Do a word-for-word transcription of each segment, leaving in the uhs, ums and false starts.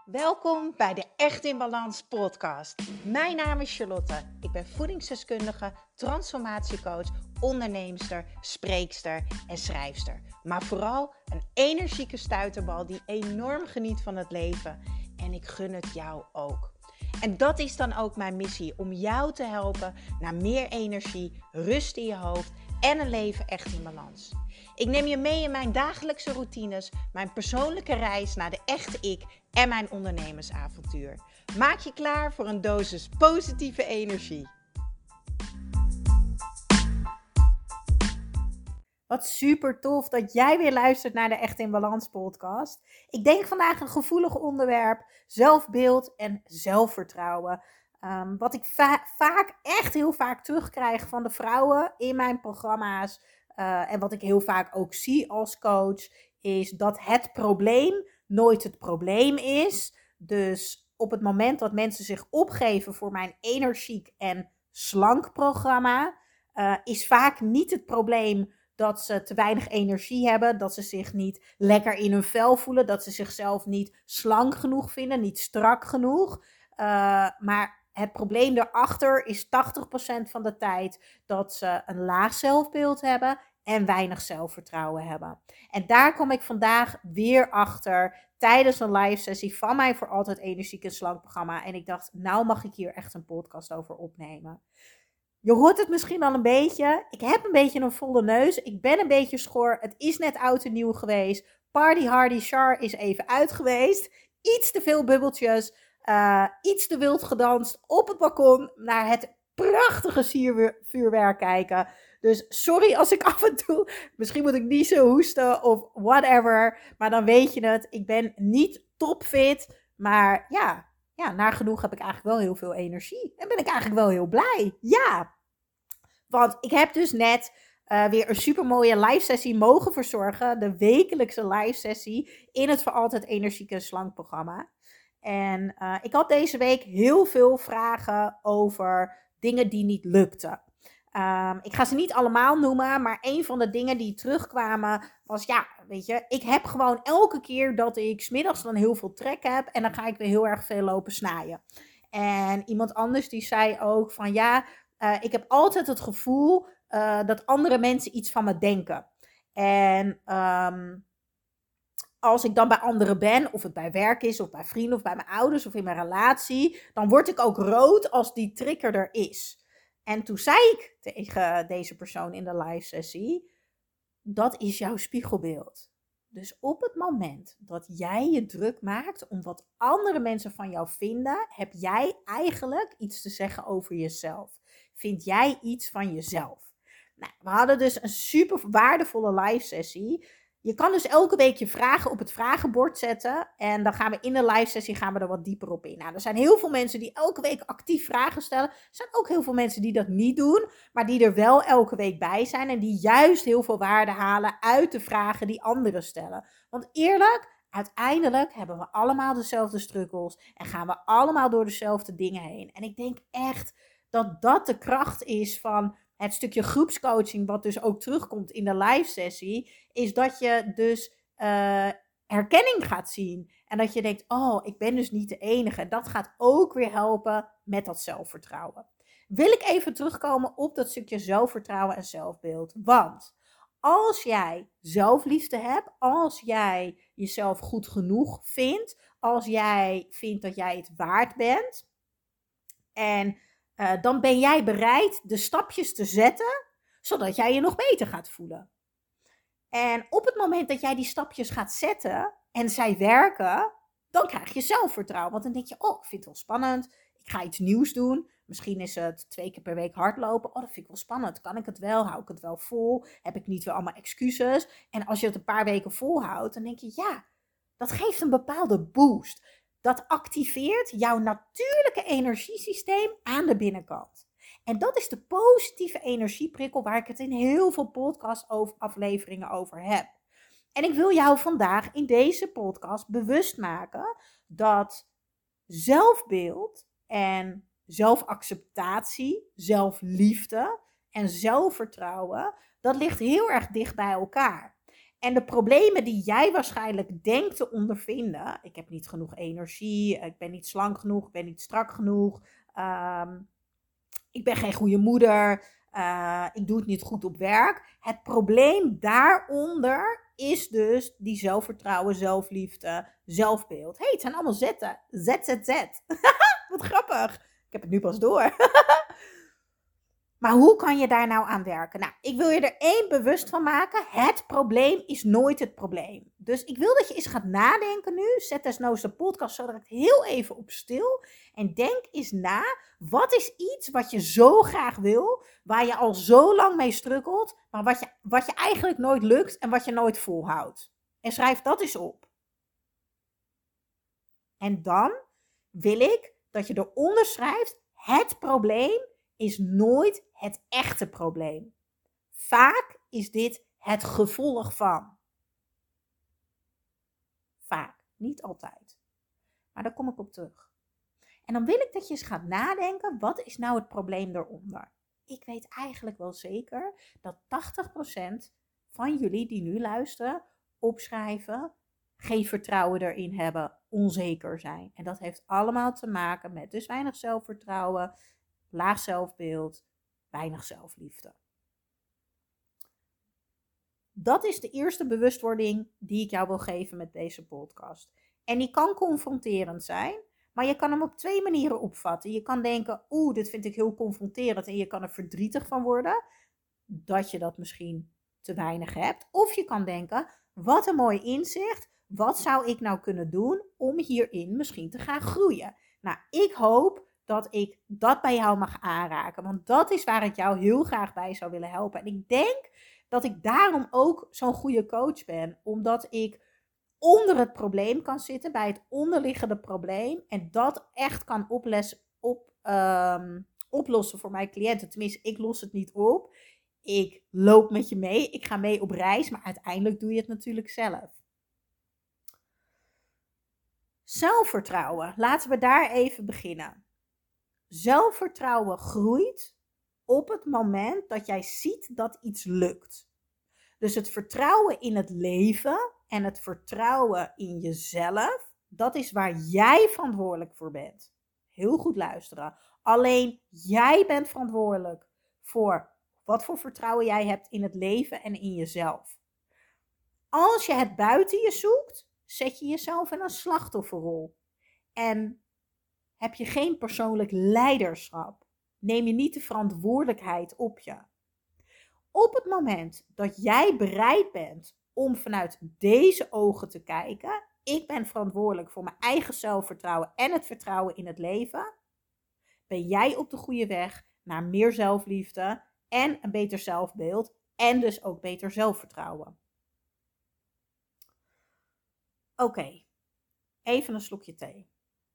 Welkom bij de Echt in Balans podcast. Mijn naam is Charlotte. Ik ben voedingsdeskundige, transformatiecoach, onderneemster, spreekster en schrijfster. Maar vooral een energieke stuiterbal die enorm geniet van het leven. En ik gun het jou ook. En dat is dan ook mijn missie, om jou te helpen naar meer energie, rust in je hoofd en een leven echt in balans. Ik neem je mee in mijn dagelijkse routines, mijn persoonlijke reis naar de echte ik en mijn ondernemersavontuur. Maak je klaar voor een dosis positieve energie. Wat super tof dat jij weer luistert naar de Echt in Balans podcast. Ik denk vandaag een gevoelig onderwerp, zelfbeeld en zelfvertrouwen. Um, wat ik va- vaak, echt heel vaak terugkrijg van de vrouwen in mijn programma's. Uh, en wat ik heel vaak ook zie als coach, is dat het probleem nooit het probleem is. Dus op het moment dat mensen zich opgeven voor mijn energiek en slank programma, uh, is vaak niet het probleem dat ze te weinig energie hebben, dat ze zich niet lekker in hun vel voelen, dat ze zichzelf niet slank genoeg vinden, niet strak genoeg. Uh, maar het probleem daarachter is tachtig procent van de tijd dat ze een laag zelfbeeld hebben en weinig zelfvertrouwen hebben. En daar kom ik vandaag weer achter tijdens een live sessie van mijn Voor Altijd Energiek en Slank programma. En ik dacht, nou mag ik hier echt een podcast over opnemen. Je hoort het misschien al een beetje. Ik heb een beetje een volle neus. Ik ben een beetje schor. Het is net oud en nieuw geweest. Party Hardy Char is even uit geweest. Iets te veel bubbeltjes. Uh, iets te wild gedanst op het balkon naar het prachtige siervuurwerk kijken. Dus sorry als ik af en toe, misschien moet ik niet zo hoesten of whatever. Maar dan weet je het. Ik ben niet topfit. Maar ja, ja, naar genoeg heb ik eigenlijk wel heel veel energie. En ben ik eigenlijk wel heel blij. Ja. Want ik heb dus net uh, weer een supermooie live sessie mogen verzorgen. De wekelijkse live sessie in het Voor Altijd Energiek en Slank programma. En uh, ik had deze week heel veel vragen over dingen die niet lukten. Um, ik ga ze niet allemaal noemen, maar een van de dingen die terugkwamen was, ja, weet je, ik heb gewoon elke keer dat ik 's middags dan heel veel trek heb en dan ga ik weer heel erg veel lopen snaaien. En iemand anders die zei ook van, ja, uh, ik heb altijd het gevoel uh, dat andere mensen iets van me denken. En um, als ik dan bij anderen ben, of het bij werk is, of bij vrienden, of bij mijn ouders, of in mijn relatie, dan word ik ook rood als die trigger er is. En toen zei ik tegen deze persoon in de live sessie, dat is jouw spiegelbeeld. Dus op het moment dat jij je druk maakt om wat andere mensen van jou vinden, heb jij eigenlijk iets te zeggen over jezelf. Vind jij iets van jezelf? Nou, we hadden dus een super waardevolle live sessie. Je kan dus elke week je vragen op het vragenbord zetten. En dan gaan we in de live sessie gaan we er wat dieper op in. Nou, er zijn heel veel mensen die elke week actief vragen stellen. Er zijn ook heel veel mensen die dat niet doen. Maar die er wel elke week bij zijn. En die juist heel veel waarde halen uit de vragen die anderen stellen. Want eerlijk, uiteindelijk hebben we allemaal dezelfde struggles. En gaan we allemaal door dezelfde dingen heen. En ik denk echt dat dat de kracht is van het stukje groepscoaching, wat dus ook terugkomt in de live sessie, is dat je dus uh, herkenning gaat zien. En dat je denkt, oh, ik ben dus niet de enige. Dat gaat ook weer helpen met dat zelfvertrouwen. Wil ik even terugkomen op dat stukje zelfvertrouwen en zelfbeeld. Want als jij zelfliefde hebt, als jij jezelf goed genoeg vindt, als jij vindt dat jij het waard bent en Uh, dan ben jij bereid de stapjes te zetten, zodat jij je nog beter gaat voelen. En op het moment dat jij die stapjes gaat zetten en zij werken, dan krijg je zelfvertrouwen. Want dan denk je, oh, ik vind het wel spannend. Ik ga iets nieuws doen. Misschien is het twee keer per week hardlopen. Oh, dat vind ik wel spannend. Kan ik het wel? Hou ik het wel vol? Heb ik niet weer allemaal excuses? En als je het een paar weken volhoudt, dan denk je, ja, dat geeft een bepaalde boost. Dat activeert jouw natuurlijke energiesysteem aan de binnenkant. En dat is de positieve energieprikkel waar ik het in heel veel podcastafleveringen over heb. En ik wil jou vandaag in deze podcast bewust maken dat zelfbeeld en zelfacceptatie, zelfliefde en zelfvertrouwen, dat ligt heel erg dicht bij elkaar. En de problemen die jij waarschijnlijk denkt te ondervinden. Ik heb niet genoeg energie. Ik ben niet slank genoeg. Ik ben niet strak genoeg. Um, ik ben geen goede moeder. Uh, ik doe het niet goed op werk. Het probleem daaronder is dus die zelfvertrouwen, zelfliefde, zelfbeeld. Hé, hey, het zijn allemaal zetten. Z, Z, Z. Wat grappig. Ik heb het nu pas door. Maar hoe kan je daar nou aan werken? Nou, ik wil je er één bewust van maken. Het probleem is nooit het probleem. Dus ik wil dat je eens gaat nadenken nu. Zet desnoods de podcast zo direct heel even op stil. En denk eens na. Wat is iets wat je zo graag wil. Waar je al zo lang mee struggelt. Maar wat je, wat je eigenlijk nooit lukt. En wat je nooit volhoudt. En schrijf dat eens op. En dan wil ik dat je eronder schrijft. Het probleem is nooit het echte probleem. Vaak is dit het gevolg van. Vaak, niet altijd. Maar daar kom ik op terug. En dan wil ik dat je eens gaat nadenken, wat is nou het probleem eronder? Ik weet eigenlijk wel zeker dat tachtig procent van jullie die nu luisteren, opschrijven, geen vertrouwen erin hebben, onzeker zijn. En dat heeft allemaal te maken met dus weinig zelfvertrouwen, laag zelfbeeld, weinig zelfliefde. Dat is de eerste bewustwording die ik jou wil geven met deze podcast. En die kan confronterend zijn, maar je kan hem op twee manieren opvatten. Je kan denken, oeh, dit vind ik heel confronterend en je kan er verdrietig van worden, dat je dat misschien te weinig hebt. Of je kan denken, wat een mooi inzicht, wat zou ik nou kunnen doen om hierin misschien te gaan groeien? Nou, ik hoop dat ik dat bij jou mag aanraken. Want dat is waar ik jou heel graag bij zou willen helpen. En ik denk dat ik daarom ook zo'n goede coach ben. Omdat ik onder het probleem kan zitten, bij het onderliggende probleem. En dat echt kan oples, op, um, oplossen voor mijn cliënten. Tenminste, ik los het niet op. Ik loop met je mee. Ik ga mee op reis. Maar uiteindelijk doe je het natuurlijk zelf. Zelfvertrouwen. Laten we daar even beginnen. Zelfvertrouwen groeit op het moment dat jij ziet dat iets lukt. Dus het vertrouwen in het leven en het vertrouwen in jezelf, dat is waar jij verantwoordelijk voor bent. Heel goed luisteren. Alleen jij bent verantwoordelijk voor wat voor vertrouwen jij hebt in het leven en in jezelf. Als je het buiten je zoekt, zet je jezelf in een slachtofferrol. En heb je geen persoonlijk leiderschap. Neem je niet de verantwoordelijkheid op je. Op het moment dat jij bereid bent om vanuit deze ogen te kijken. Ik ben verantwoordelijk voor mijn eigen zelfvertrouwen en het vertrouwen in het leven. Ben jij op de goede weg naar meer zelfliefde en een beter zelfbeeld. En dus ook beter zelfvertrouwen. Oké, okay. Even een slokje thee.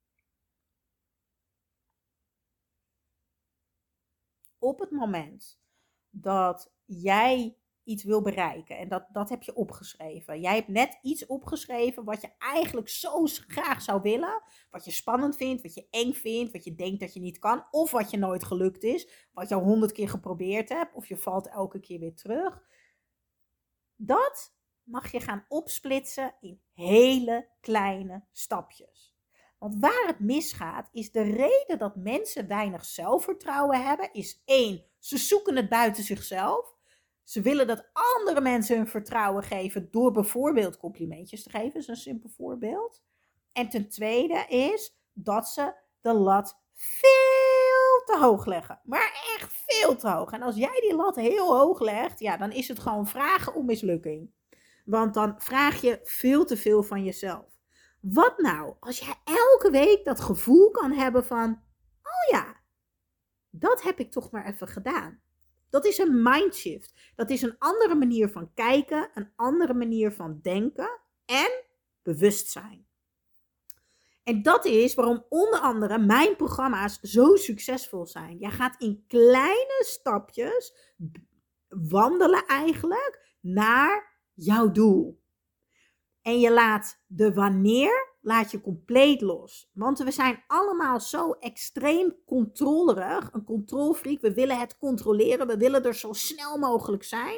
Op het moment dat jij iets wil bereiken en dat, dat heb je opgeschreven. Jij hebt net iets opgeschreven wat je eigenlijk zo graag zou willen. Wat je spannend vindt, wat je eng vindt, wat je denkt dat je niet kan. Of wat je nooit gelukt is, wat je al honderd keer geprobeerd hebt. Of je valt elke keer weer terug. Dat mag je gaan opsplitsen in hele kleine stapjes. Want waar het misgaat, is de reden dat mensen weinig zelfvertrouwen hebben, is één, ze zoeken het buiten zichzelf. Ze willen dat andere mensen hun vertrouwen geven door bijvoorbeeld complimentjes te geven. Dat is een simpel voorbeeld. En ten tweede is dat ze de lat veel te hoog leggen. Maar echt veel te hoog. En als jij die lat heel hoog legt, ja, dan is het gewoon vragen om mislukking. Want dan vraag je veel te veel van jezelf. Wat nou als je elke week dat gevoel kan hebben van, oh ja, dat heb ik toch maar even gedaan. Dat is een mindshift. Dat is een andere manier van kijken, een andere manier van denken en bewustzijn. En dat is waarom onder andere mijn programma's zo succesvol zijn. Jij gaat in kleine stapjes wandelen eigenlijk naar jouw doel. En je laat de wanneer, laat je compleet los. Want we zijn allemaal zo extreem controlerig, een controlfreak. We willen het controleren, we willen er zo snel mogelijk zijn.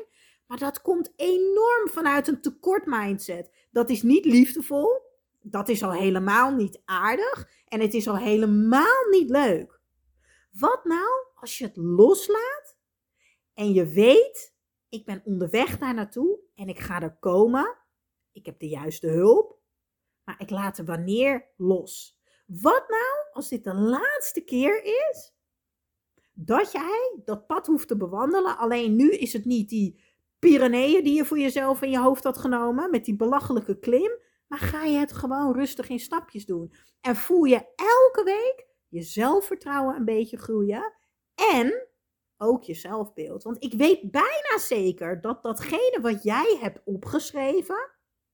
Maar dat komt enorm vanuit een tekort mindset. Dat is niet liefdevol. Dat is al helemaal niet aardig. En het is al helemaal niet leuk. Wat nou als je het loslaat en je weet, ik ben onderweg daar naartoe en ik ga er komen. Ik heb de juiste hulp, maar ik laat er wanneer los. Wat nou als dit de laatste keer is dat jij dat pad hoeft te bewandelen? Alleen nu is het niet die Pyreneeën die je voor jezelf in je hoofd had genomen met die belachelijke klim. Maar ga je het gewoon rustig in stapjes doen. En voel je elke week je zelfvertrouwen een beetje groeien. En ook je zelfbeeld. Want ik weet bijna zeker dat datgene wat jij hebt opgeschreven,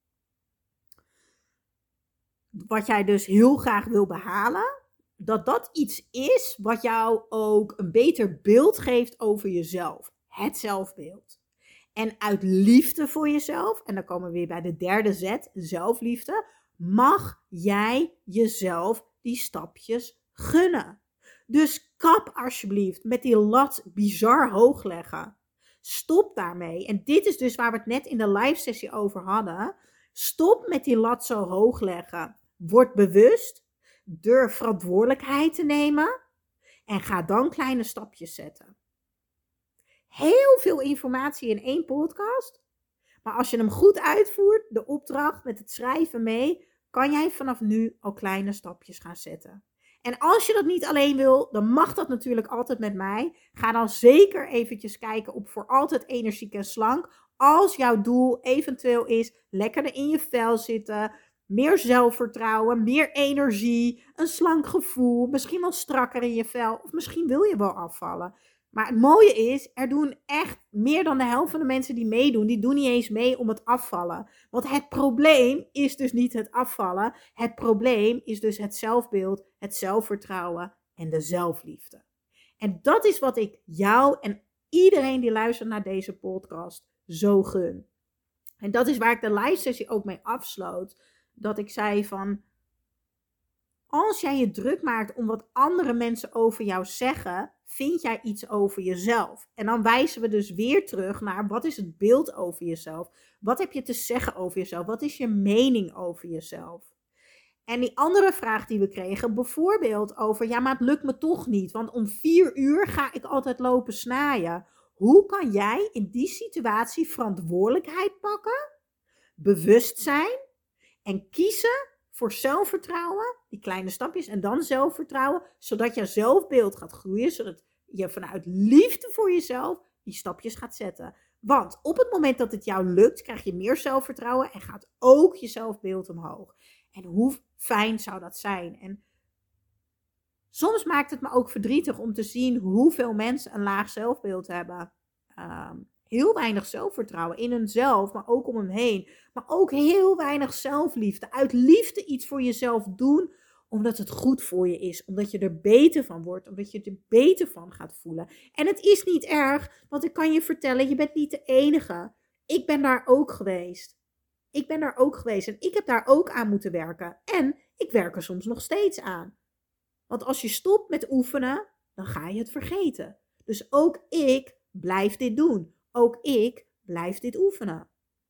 wat jij dus heel graag wil behalen, dat dat iets is wat jou ook een beter beeld geeft over jezelf. Het zelfbeeld. En uit liefde voor jezelf, en dan komen we weer bij de derde zet, zelfliefde, mag jij jezelf die stapjes gunnen. Dus kap alsjeblieft met die lat bizar hoog leggen. Stop daarmee. En dit is dus waar we het net in de live sessie over hadden. Stop met die lat zo hoog leggen. Word bewust. Durf verantwoordelijkheid te nemen. En ga dan kleine stapjes zetten. Heel veel informatie in één podcast. Maar als je hem goed uitvoert, de opdracht met het schrijven mee, kan jij vanaf nu al kleine stapjes gaan zetten. En als je dat niet alleen wil, dan mag dat natuurlijk altijd met mij. Ga dan zeker eventjes kijken op Voor Altijd Energiek en Slank. Als jouw doel eventueel is lekkerder in je vel zitten, meer zelfvertrouwen, meer energie, een slank gevoel, misschien wel strakker in je vel, of misschien wil je wel afvallen. Maar het mooie is, er doen echt meer dan de helft van de mensen die meedoen, die doen niet eens mee om het afvallen. Want het probleem is dus niet het afvallen. Het probleem is dus het zelfbeeld, het zelfvertrouwen en de zelfliefde. En dat is wat ik jou en iedereen die luistert naar deze podcast zo gun. En dat is waar ik de live sessie ook mee afsloot. Dat ik zei van, als jij je druk maakt om wat andere mensen over jou zeggen, vind jij iets over jezelf. En dan wijzen we dus weer terug naar, wat is het beeld over jezelf? Wat heb je te zeggen over jezelf? Wat is je mening over jezelf? En die andere vraag die we kregen, bijvoorbeeld over, ja, maar het lukt me toch niet. Want om vier uur ga ik altijd lopen snaaien. Hoe kan jij in die situatie verantwoordelijkheid pakken, bewust zijn en kiezen voor zelfvertrouwen, die kleine stapjes en dan zelfvertrouwen, zodat je zelfbeeld gaat groeien, zodat je vanuit liefde voor jezelf die stapjes gaat zetten. Want op het moment dat het jou lukt, krijg je meer zelfvertrouwen en gaat ook je zelfbeeld omhoog. En hoe fijn zou dat zijn? En soms maakt het me ook verdrietig om te zien hoeveel mensen een laag zelfbeeld hebben. Um, heel weinig zelfvertrouwen in hunzelf, maar ook om hem heen. Maar ook heel weinig zelfliefde. Uit liefde iets voor jezelf doen, omdat het goed voor je is. Omdat je er beter van wordt, omdat je er beter van gaat voelen. En het is niet erg, want ik kan je vertellen, je bent niet de enige. Ik ben daar ook geweest. Ik ben daar ook geweest en ik heb daar ook aan moeten werken. En ik werk er soms nog steeds aan. Want als je stopt met oefenen, dan ga je het vergeten. Dus ook ik blijf dit doen. Ook ik blijf dit oefenen.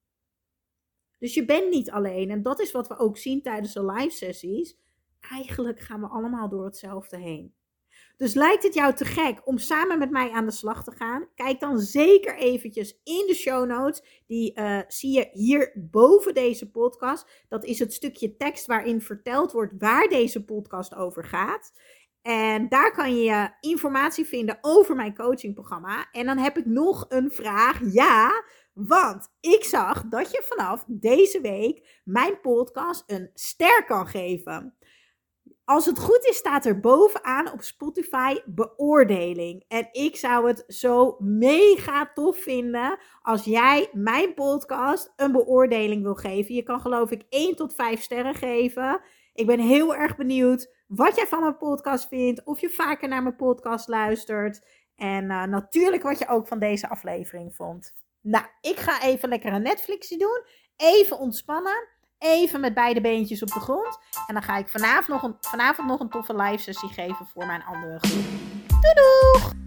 Dus je bent niet alleen. En dat is wat we ook zien tijdens de live sessies. Eigenlijk gaan we allemaal door hetzelfde heen. Dus lijkt het jou te gek om samen met mij aan de slag te gaan? Kijk dan zeker eventjes in de show notes. Die uh, zie je hier boven deze podcast. Dat is het stukje tekst waarin verteld wordt waar deze podcast over gaat. En daar kan je informatie vinden over mijn coachingprogramma. En dan heb ik nog een vraag. Ja, want ik zag dat je vanaf deze week mijn podcast een ster kan geven. Als het goed is, staat er bovenaan op Spotify beoordeling. En ik zou het zo mega tof vinden als jij mijn podcast een beoordeling wil geven. Je kan geloof ik één tot vijf sterren geven. Ik ben heel erg benieuwd wat jij van mijn podcast vindt. Of je vaker naar mijn podcast luistert. En uh, natuurlijk wat je ook van deze aflevering vond. Nou, ik ga even lekker een Netflixje doen. Even ontspannen. Even met beide beentjes op de grond. En dan ga ik vanavond nog een, vanavond nog een toffe live sessie geven voor mijn andere groep. Doei doeg!